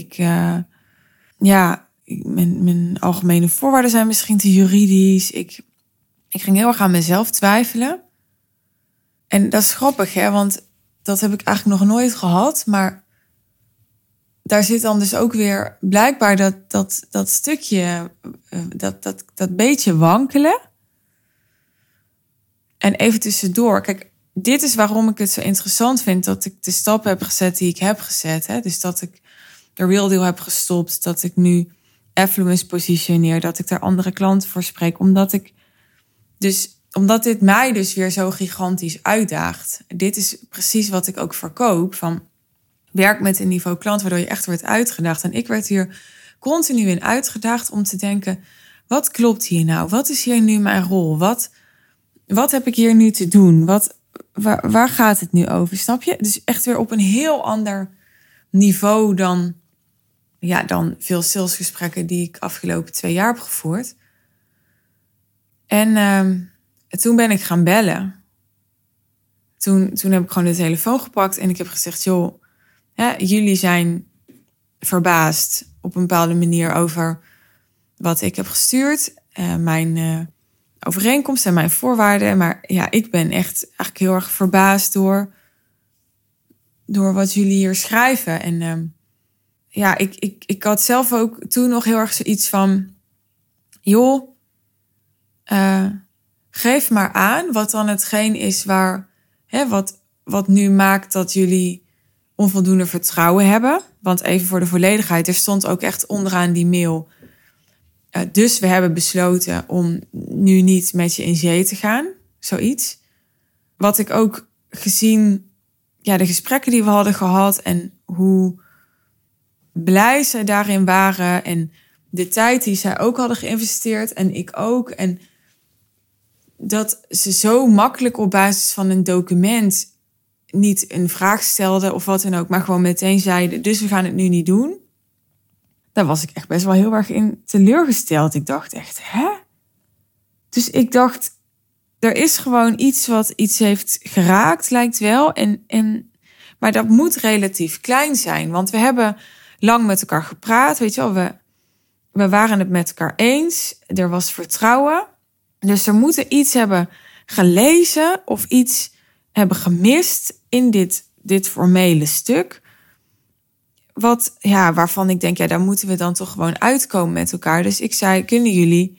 Mijn algemene voorwaarden zijn misschien te juridisch. Ik ging heel erg aan mezelf twijfelen. En dat is grappig, hè? Want dat heb ik eigenlijk nog nooit gehad. Maar daar zit dan dus ook weer blijkbaar dat stukje, dat beetje wankelen. En even tussendoor. Kijk, dit is waarom ik het zo interessant vind dat ik de stappen heb gezet die ik heb gezet. Hè? Dus dat ik de Real Deal heb gestopt. Dat ik nu Affluence positioneer. Dat ik daar andere klanten voor spreek. Omdat dit mij dus weer zo gigantisch uitdaagt. Dit is precies wat ik ook verkoop. Van werk met een niveau klant waardoor je echt wordt uitgedaagd. En ik werd hier continu in uitgedaagd om te denken, wat klopt hier nou? Wat is hier nu mijn rol? Wat heb ik hier nu te doen? Waar gaat het nu over? Snap je? Dus echt weer op een heel ander niveau dan veel salesgesprekken die ik afgelopen 2 jaar heb gevoerd. En toen ben ik gaan bellen. Toen heb ik gewoon de telefoon gepakt en ik heb gezegd, joh, jullie zijn verbaasd op een bepaalde manier over wat ik heb gestuurd. Mijn overeenkomsten en mijn voorwaarden. Maar ja, ik ben echt eigenlijk heel erg verbaasd door wat jullie hier schrijven. En ik had zelf ook toen nog heel erg zoiets van, joh, geef maar aan wat dan hetgeen is wat nu maakt dat jullie onvoldoende vertrouwen hebben. Want even voor de volledigheid, er stond ook echt onderaan die mail, dus we hebben besloten om nu niet met je in zee te gaan. Zoiets. Wat ik ook gezien, de gesprekken die we hadden gehad en hoe blij zij daarin waren en de tijd die zij ook hadden geïnvesteerd en ik ook. En dat ze zo makkelijk op basis van een document niet een vraag stelden of wat dan ook, maar gewoon meteen zeiden, dus we gaan het nu niet doen. Daar was ik echt best wel heel erg in teleurgesteld. Ik dacht echt, hè? Dus ik dacht, er is gewoon iets wat iets heeft geraakt, lijkt wel. Maar dat moet relatief klein zijn. Want we hebben lang met elkaar gepraat. Weet je wel, we waren het met elkaar eens. Er was vertrouwen. Dus er moeten iets hebben gelezen of iets hebben gemist in dit formele stuk. Waarvan ik denk, daar moeten we dan toch gewoon uitkomen met elkaar. Dus ik zei, kunnen jullie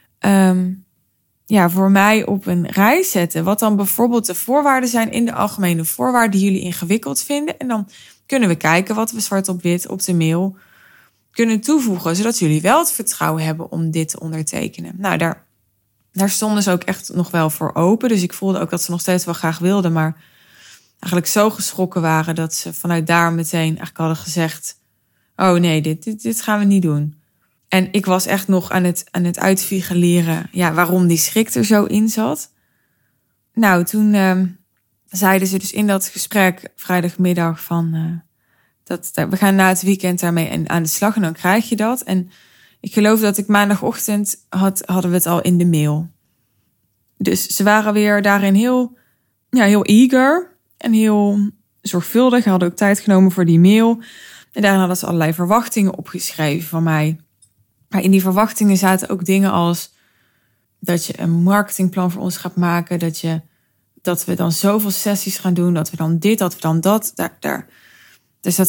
voor mij op een rij zetten wat dan bijvoorbeeld de voorwaarden zijn in de algemene voorwaarden die jullie ingewikkeld vinden. En dan kunnen we kijken wat we zwart op wit op de mail kunnen toevoegen, zodat jullie wel het vertrouwen hebben om dit te ondertekenen. Nou, daar stonden ze ook echt nog wel voor open. Dus ik voelde ook dat ze nog steeds wel graag wilden, maar eigenlijk zo geschrokken waren dat ze vanuit daar meteen eigenlijk hadden gezegd, oh nee, dit gaan we niet doen. En ik was echt nog aan het uitfigureren waarom die schrik er zo in zat. Nou, toen zeiden ze dus in dat gesprek vrijdagmiddag van we gaan na het weekend daarmee aan de slag en dan krijg je dat. En ik geloof dat ik maandagochtend hadden we het al in de mail. Dus ze waren weer daarin heel eager en heel zorgvuldig. Ze hadden ook tijd genomen voor die mail. En daarin hadden ze allerlei verwachtingen opgeschreven van mij. Maar in die verwachtingen zaten ook dingen als dat je een marketingplan voor ons gaat maken. Dat we dan zoveel sessies gaan doen. Dat we dan dit, dat we dan dat. Daar zat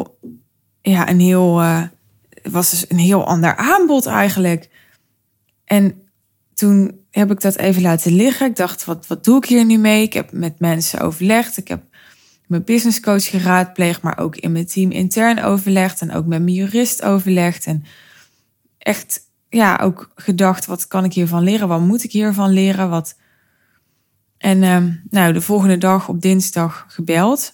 het was dus een heel ander aanbod eigenlijk. En toen heb ik dat even laten liggen. Ik dacht, wat doe ik hier nu mee? Ik heb met mensen overlegd. Ik heb mijn businesscoach geraadpleegd, maar ook in mijn team intern overlegd. En ook met mijn jurist overlegd. En echt, ook gedacht, wat kan ik hiervan leren? Wat moet ik hiervan leren? En de volgende dag op dinsdag gebeld.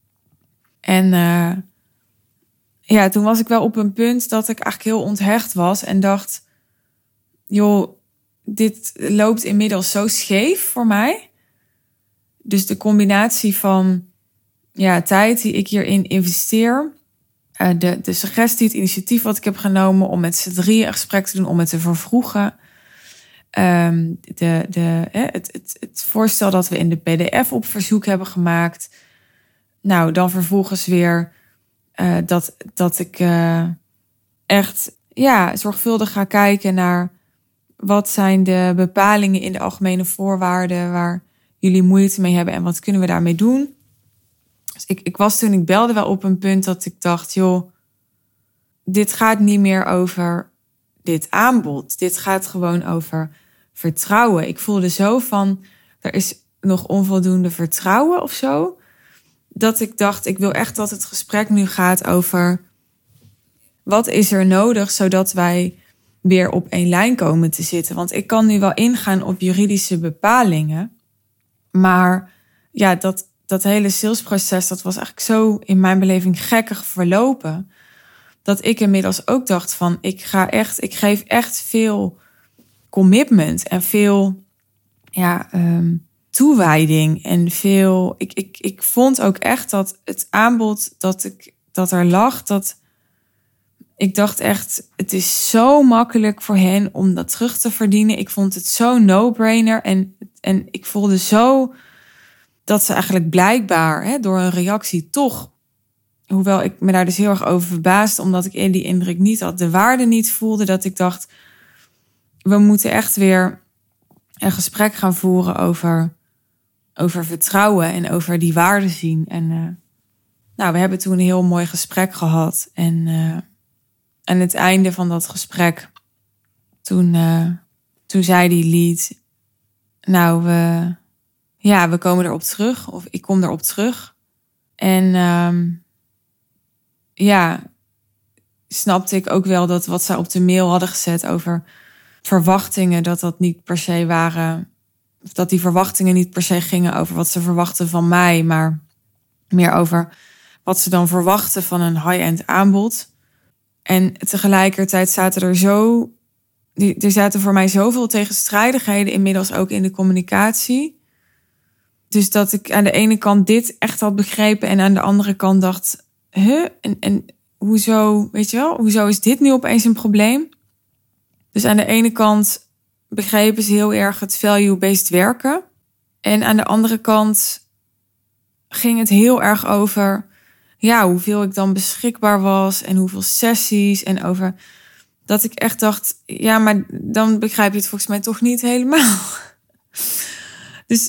En toen was ik wel op een punt dat ik eigenlijk heel onthecht was. En dacht, joh, dit loopt inmiddels zo scheef voor mij. Dus de combinatie van tijd die ik hierin investeer. De suggestie, het initiatief wat ik heb genomen om met z'n drieën een gesprek te doen, om het te vervroegen. Het voorstel dat we in de PDF op verzoek hebben gemaakt. Nou, dan vervolgens weer dat ik echt zorgvuldig ga kijken naar wat zijn de bepalingen in de algemene voorwaarden waar jullie moeite mee hebben en wat kunnen we daarmee doen. Dus ik was toen ik belde wel op een punt dat ik dacht, joh, dit gaat niet meer over dit aanbod. Dit gaat gewoon over vertrouwen. Ik voelde zo van, er is nog onvoldoende vertrouwen of zo. Dat ik dacht, ik wil echt dat het gesprek nu gaat over wat is er nodig zodat wij weer op één lijn komen te zitten. Want ik kan nu wel ingaan op juridische bepalingen. Maar dat hele salesproces, dat was eigenlijk zo in mijn beleving gekkig verlopen. Dat ik inmiddels ook dacht van, ik geef echt veel commitment en veel toewijding en veel. Ik vond ook echt dat het aanbod dat er lag, dat ik dacht echt, het is zo makkelijk voor hen om dat terug te verdienen. Ik vond het zo no-brainer en ik voelde zo dat ze eigenlijk blijkbaar door een reactie toch hoewel ik me daar dus heel erg over verbaasde, omdat ik die indruk niet had, de waarde niet voelde, dat ik dacht, we moeten echt weer een gesprek gaan voeren over vertrouwen en over die waarde zien. En we hebben toen een heel mooi gesprek gehad. En aan het einde van dat gesprek, toen zei die lead, we komen erop terug. Of ik kom erop terug. En snapte ik ook wel dat wat zij op de mail hadden gezet over verwachtingen, dat niet per se waren, of dat die verwachtingen niet per se gingen over wat ze verwachten van mij, maar meer over wat ze dan verwachten van een high-end aanbod. En tegelijkertijd zaten voor mij zoveel tegenstrijdigheden inmiddels ook in de communicatie. Dus dat ik aan de ene kant dit echt had begrepen en aan de andere kant dacht, en hoezo, weet je wel, hoezo is dit nu opeens een probleem? Dus aan de ene kant begrepen ze heel erg het value-based werken. En aan de andere kant ging het heel erg over hoeveel ik dan beschikbaar was en hoeveel sessies. En over dat ik echt dacht, maar dan begrijp je het volgens mij toch niet helemaal. Dus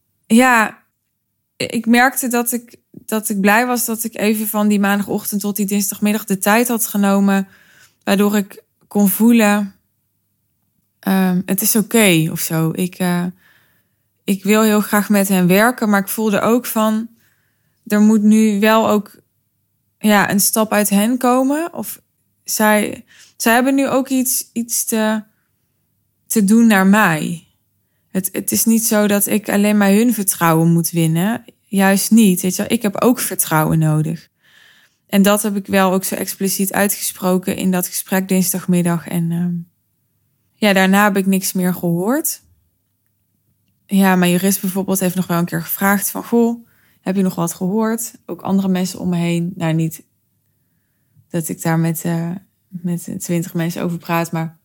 ik merkte dat ik blij was dat ik even van die maandagochtend tot die dinsdagmiddag de tijd had genomen, waardoor ik kon voelen, het is oké of zo. Ik wil heel graag met hen werken, maar ik voelde ook van, er moet nu wel ook een stap uit hen komen. Of zij hebben nu ook iets te doen naar mij. Het is niet zo dat ik alleen maar hun vertrouwen moet winnen. Juist niet. Weet je wel? Ik heb ook vertrouwen nodig. En dat heb ik wel ook zo expliciet uitgesproken in dat gesprek dinsdagmiddag. En daarna heb ik niks meer gehoord. Ja, mijn jurist bijvoorbeeld heeft nog wel een keer gevraagd van, goh, heb je nog wat gehoord? Ook andere mensen om me heen. Nou, niet dat ik daar met 20 mensen over praat, maar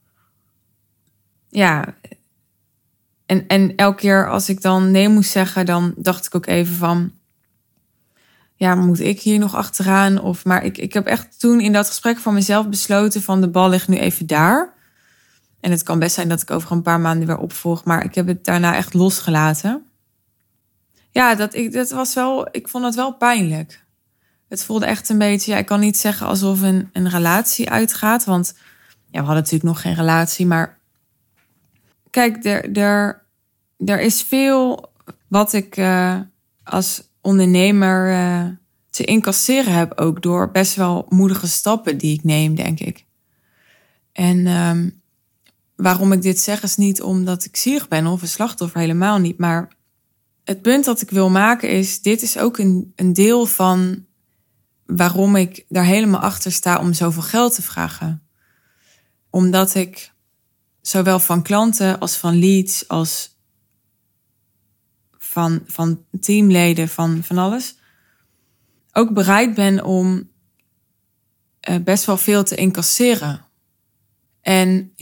En elke keer als ik dan nee moest zeggen, dan dacht ik ook even van, moet ik hier nog achteraan? Maar ik heb echt toen in dat gesprek van mezelf besloten van, de bal ligt nu even daar. En het kan best zijn dat ik over een paar maanden weer opvolg, maar ik heb het daarna echt losgelaten. Ik vond het wel pijnlijk. Het voelde echt een beetje, ik kan niet zeggen alsof een relatie uitgaat, want we hadden natuurlijk nog geen relatie, maar kijk, er is veel wat ik als ondernemer te incasseren heb, ook door best wel moedige stappen die ik neem, denk ik. En waarom ik dit zeg is niet omdat ik zielig ben of een slachtoffer, helemaal niet. Maar het punt dat ik wil maken is, dit is ook een deel van waarom ik daar helemaal achter sta om zoveel geld te vragen. Omdat ik zowel van klanten als van leads, als van teamleden, van alles, ook bereid ben om best wel veel te incasseren. En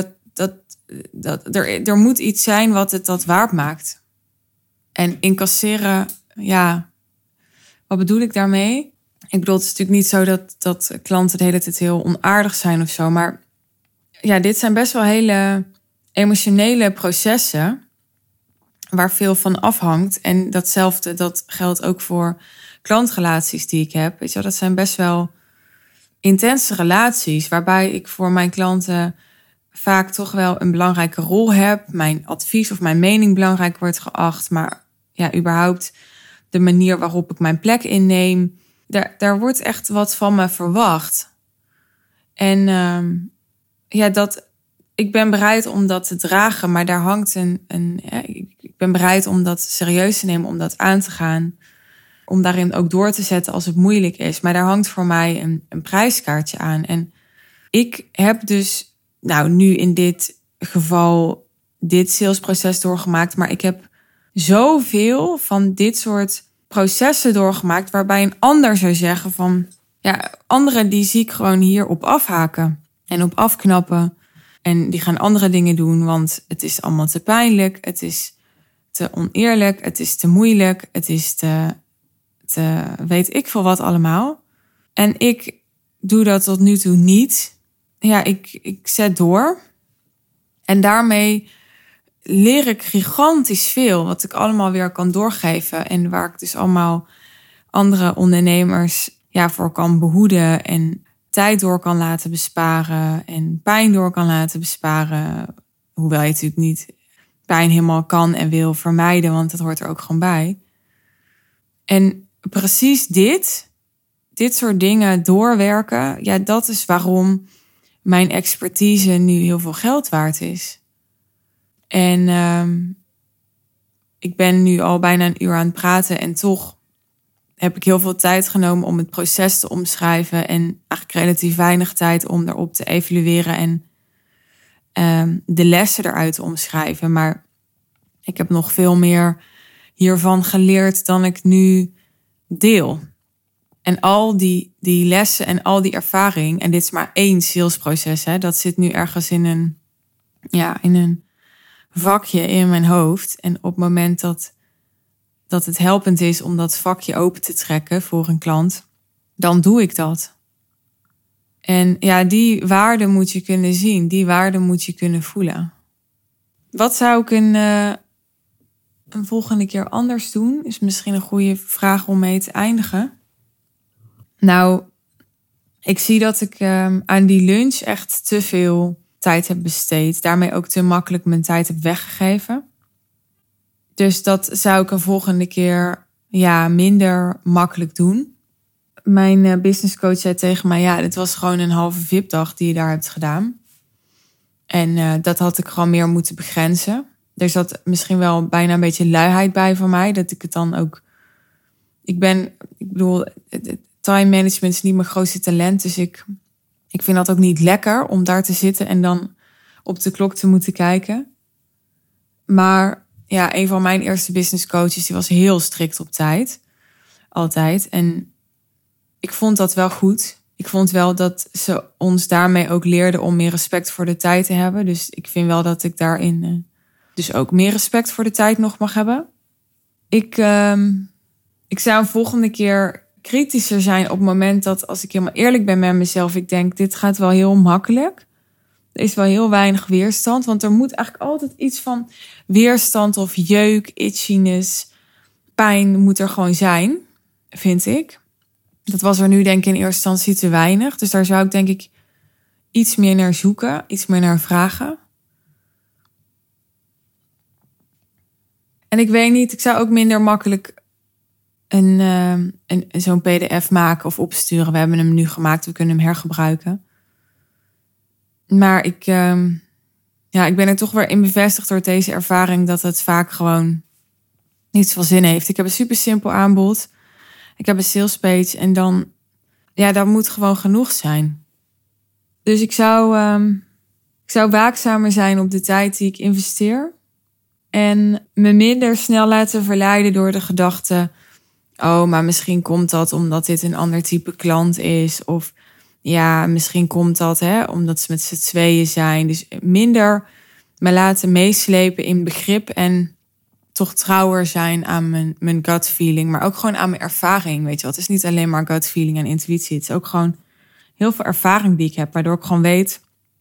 er moet iets zijn wat het dat waard maakt. En incasseren, wat bedoel ik daarmee? Ik bedoel, het is natuurlijk niet zo dat klanten de hele tijd heel onaardig zijn of zo, maar dit zijn best wel hele emotionele processen waar veel van afhangt. En datzelfde, dat geldt ook voor klantrelaties die ik heb. Weet je wel, dat zijn best wel intense relaties, waarbij ik voor mijn klanten vaak toch wel een belangrijke rol heb. Mijn advies of mijn mening belangrijk wordt geacht, maar überhaupt de manier waarop ik mijn plek inneem, daar wordt echt wat van me verwacht. En ik ben bereid om dat te dragen, maar daar hangt ik ben bereid om dat serieus te nemen, om dat aan te gaan, om daarin ook door te zetten als het moeilijk is. Maar daar hangt voor mij een prijskaartje aan. En ik heb dus nu in dit geval dit salesproces doorgemaakt, maar ik heb zoveel van dit soort processen doorgemaakt waarbij een ander zou zeggen van, anderen die zie ik gewoon hierop afhaken en op afknappen. En die gaan andere dingen doen, want het is allemaal te pijnlijk, het is te oneerlijk, het is te moeilijk, het is te weet ik veel wat allemaal. En ik doe dat tot nu toe niet. Ja, ik zet door. En daarmee leer ik gigantisch veel. Wat ik allemaal weer kan doorgeven. En waar ik dus allemaal andere ondernemers voor kan behoeden. En tijd door kan laten besparen. En pijn door kan laten besparen. Hoewel je natuurlijk niet pijn helemaal kan en wil vermijden. Want dat hoort er ook gewoon bij. En precies dit soort dingen doorwerken. Ja, dat is waarom mijn expertise nu heel veel geld waard is. En ik ben nu al bijna een uur aan het praten. En toch heb ik heel veel tijd genomen om het proces te omschrijven. En eigenlijk relatief weinig tijd om daarop te evalueren. En de lessen eruit te omschrijven. Maar ik heb nog veel meer hiervan geleerd dan ik nu deel. En al die lessen en al die ervaring. En dit is maar 1 salesproces. Hè, dat zit nu ergens in een vakje in mijn hoofd. En op het moment dat het helpend is om dat vakje open te trekken voor een klant, dan doe ik dat. En ja, die waarde moet je kunnen zien. Die waarde moet je kunnen voelen. Wat zou ik een volgende keer anders doen? Is misschien een goede vraag om mee te eindigen. Nou, ik zie dat ik aan die lunch echt te veel tijd heb besteed. Daarmee ook te makkelijk mijn tijd heb weggegeven. Dus dat zou ik een volgende keer minder makkelijk doen. Mijn businesscoach zei tegen mij, dit was gewoon een halve VIP-dag die je daar hebt gedaan. En dat had ik gewoon meer moeten begrenzen. Er zat misschien wel bijna een beetje luiheid bij van mij. Dat ik het dan ook... time management is niet mijn grootste talent. Dus ik vind dat ook niet lekker om daar te zitten en dan op de klok te moeten kijken. Maar een van mijn eerste business coaches, die was heel strikt op tijd. Altijd. En ik vond dat wel goed. Ik vond wel dat ze ons daarmee ook leerden om meer respect voor de tijd te hebben. Dus ik vind wel dat ik daarin dus ook meer respect voor de tijd nog mag hebben. Ik zou een volgende keer kritischer zijn op het moment dat, als ik helemaal eerlijk ben met mezelf, ik denk, dit gaat wel heel makkelijk. Er is wel heel weinig weerstand, want er moet eigenlijk altijd iets van weerstand of jeuk, itchiness, pijn moet er gewoon zijn, vind ik. Dat was er nu denk ik in eerste instantie te weinig. Dus daar zou ik denk ik iets meer naar zoeken, iets meer naar vragen. En ik weet niet, ik zou ook minder makkelijk zo'n PDF maken of opsturen. We hebben hem nu gemaakt, we kunnen hem hergebruiken. Maar ik ben er toch weer in bevestigd door deze ervaring dat het vaak gewoon niet zoveel zin heeft. Ik heb een super simpel aanbod. Ik heb een salespage en dan, dat moet gewoon genoeg zijn. Dus ik zou waakzamer zijn op de tijd die ik investeer. En me minder snel laten verleiden door de gedachte, maar misschien komt dat omdat dit een ander type klant is. Of misschien komt dat omdat ze met z'n tweeën zijn. Dus minder me laten meeslepen in begrip en toch trouwer zijn aan mijn gut feeling. Maar ook gewoon aan mijn ervaring, weet je wel. Het is niet alleen maar gut feeling en intuïtie. Het is ook gewoon heel veel ervaring die ik heb. Waardoor ik gewoon weet,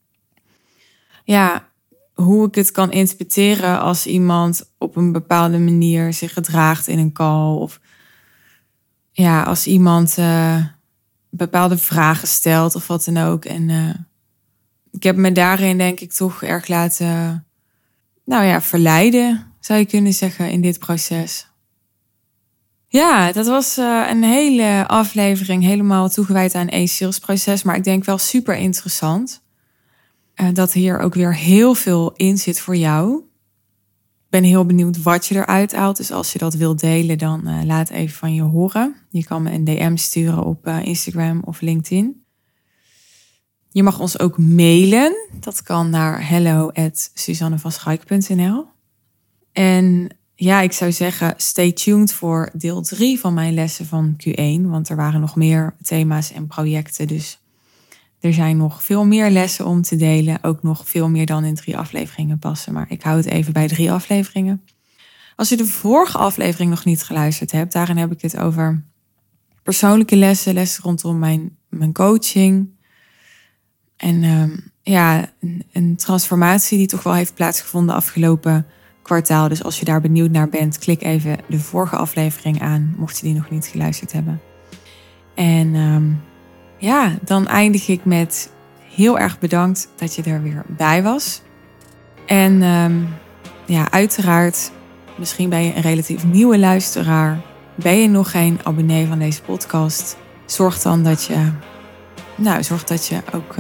hoe ik het kan interpreteren als iemand op een bepaalde manier zich gedraagt in een call. Of als iemand bepaalde vragen stelt of wat dan ook. En ik heb me daarin denk ik toch erg laten verleiden, zou je kunnen zeggen, in dit proces. Ja, dat was een hele aflevering helemaal toegewijd aan een salesproces. Maar ik denk wel super interessant. Dat hier ook weer heel veel in zit voor jou. Ik ben heel benieuwd wat je eruit haalt. Dus als je dat wilt delen, dan laat even van je horen. Je kan me een DM sturen op Instagram of LinkedIn. Je mag ons ook mailen. Dat kan naar hello@suzannevanschaik.nl. En ik zou zeggen, stay tuned voor deel 3 van mijn lessen van Q1. Want er waren nog meer thema's en projecten. Dus er zijn nog veel meer lessen om te delen. Ook nog veel meer dan in 3 afleveringen passen. Maar ik hou het even bij 3 afleveringen. Als je de vorige aflevering nog niet geluisterd hebt, daarin heb ik het over persoonlijke lessen rondom mijn coaching. En een transformatie die toch wel heeft plaatsgevonden afgelopen kwartaal. Dus als je daar benieuwd naar bent, klik even de vorige aflevering aan, mocht je die nog niet geluisterd hebben. En dan eindig ik met heel erg bedankt dat je er weer bij was. En uiteraard, misschien ben je een relatief nieuwe luisteraar. Ben je nog geen abonnee van deze podcast? Zorg dan dat je ook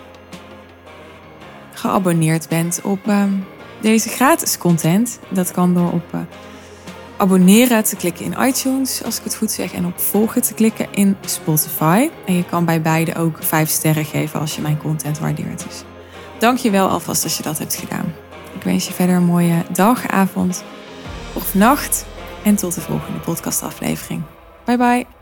geabonneerd bent op deze gratis content. Dat kan door op abonneren te klikken in iTunes, als ik het goed zeg, en op volgen te klikken in Spotify. En je kan bij beide ook 5 sterren geven als je mijn content waardeert. Dus dank je wel alvast als je dat hebt gedaan. Ik wens je verder een mooie dag, avond of nacht en tot de volgende podcastaflevering. Bye bye.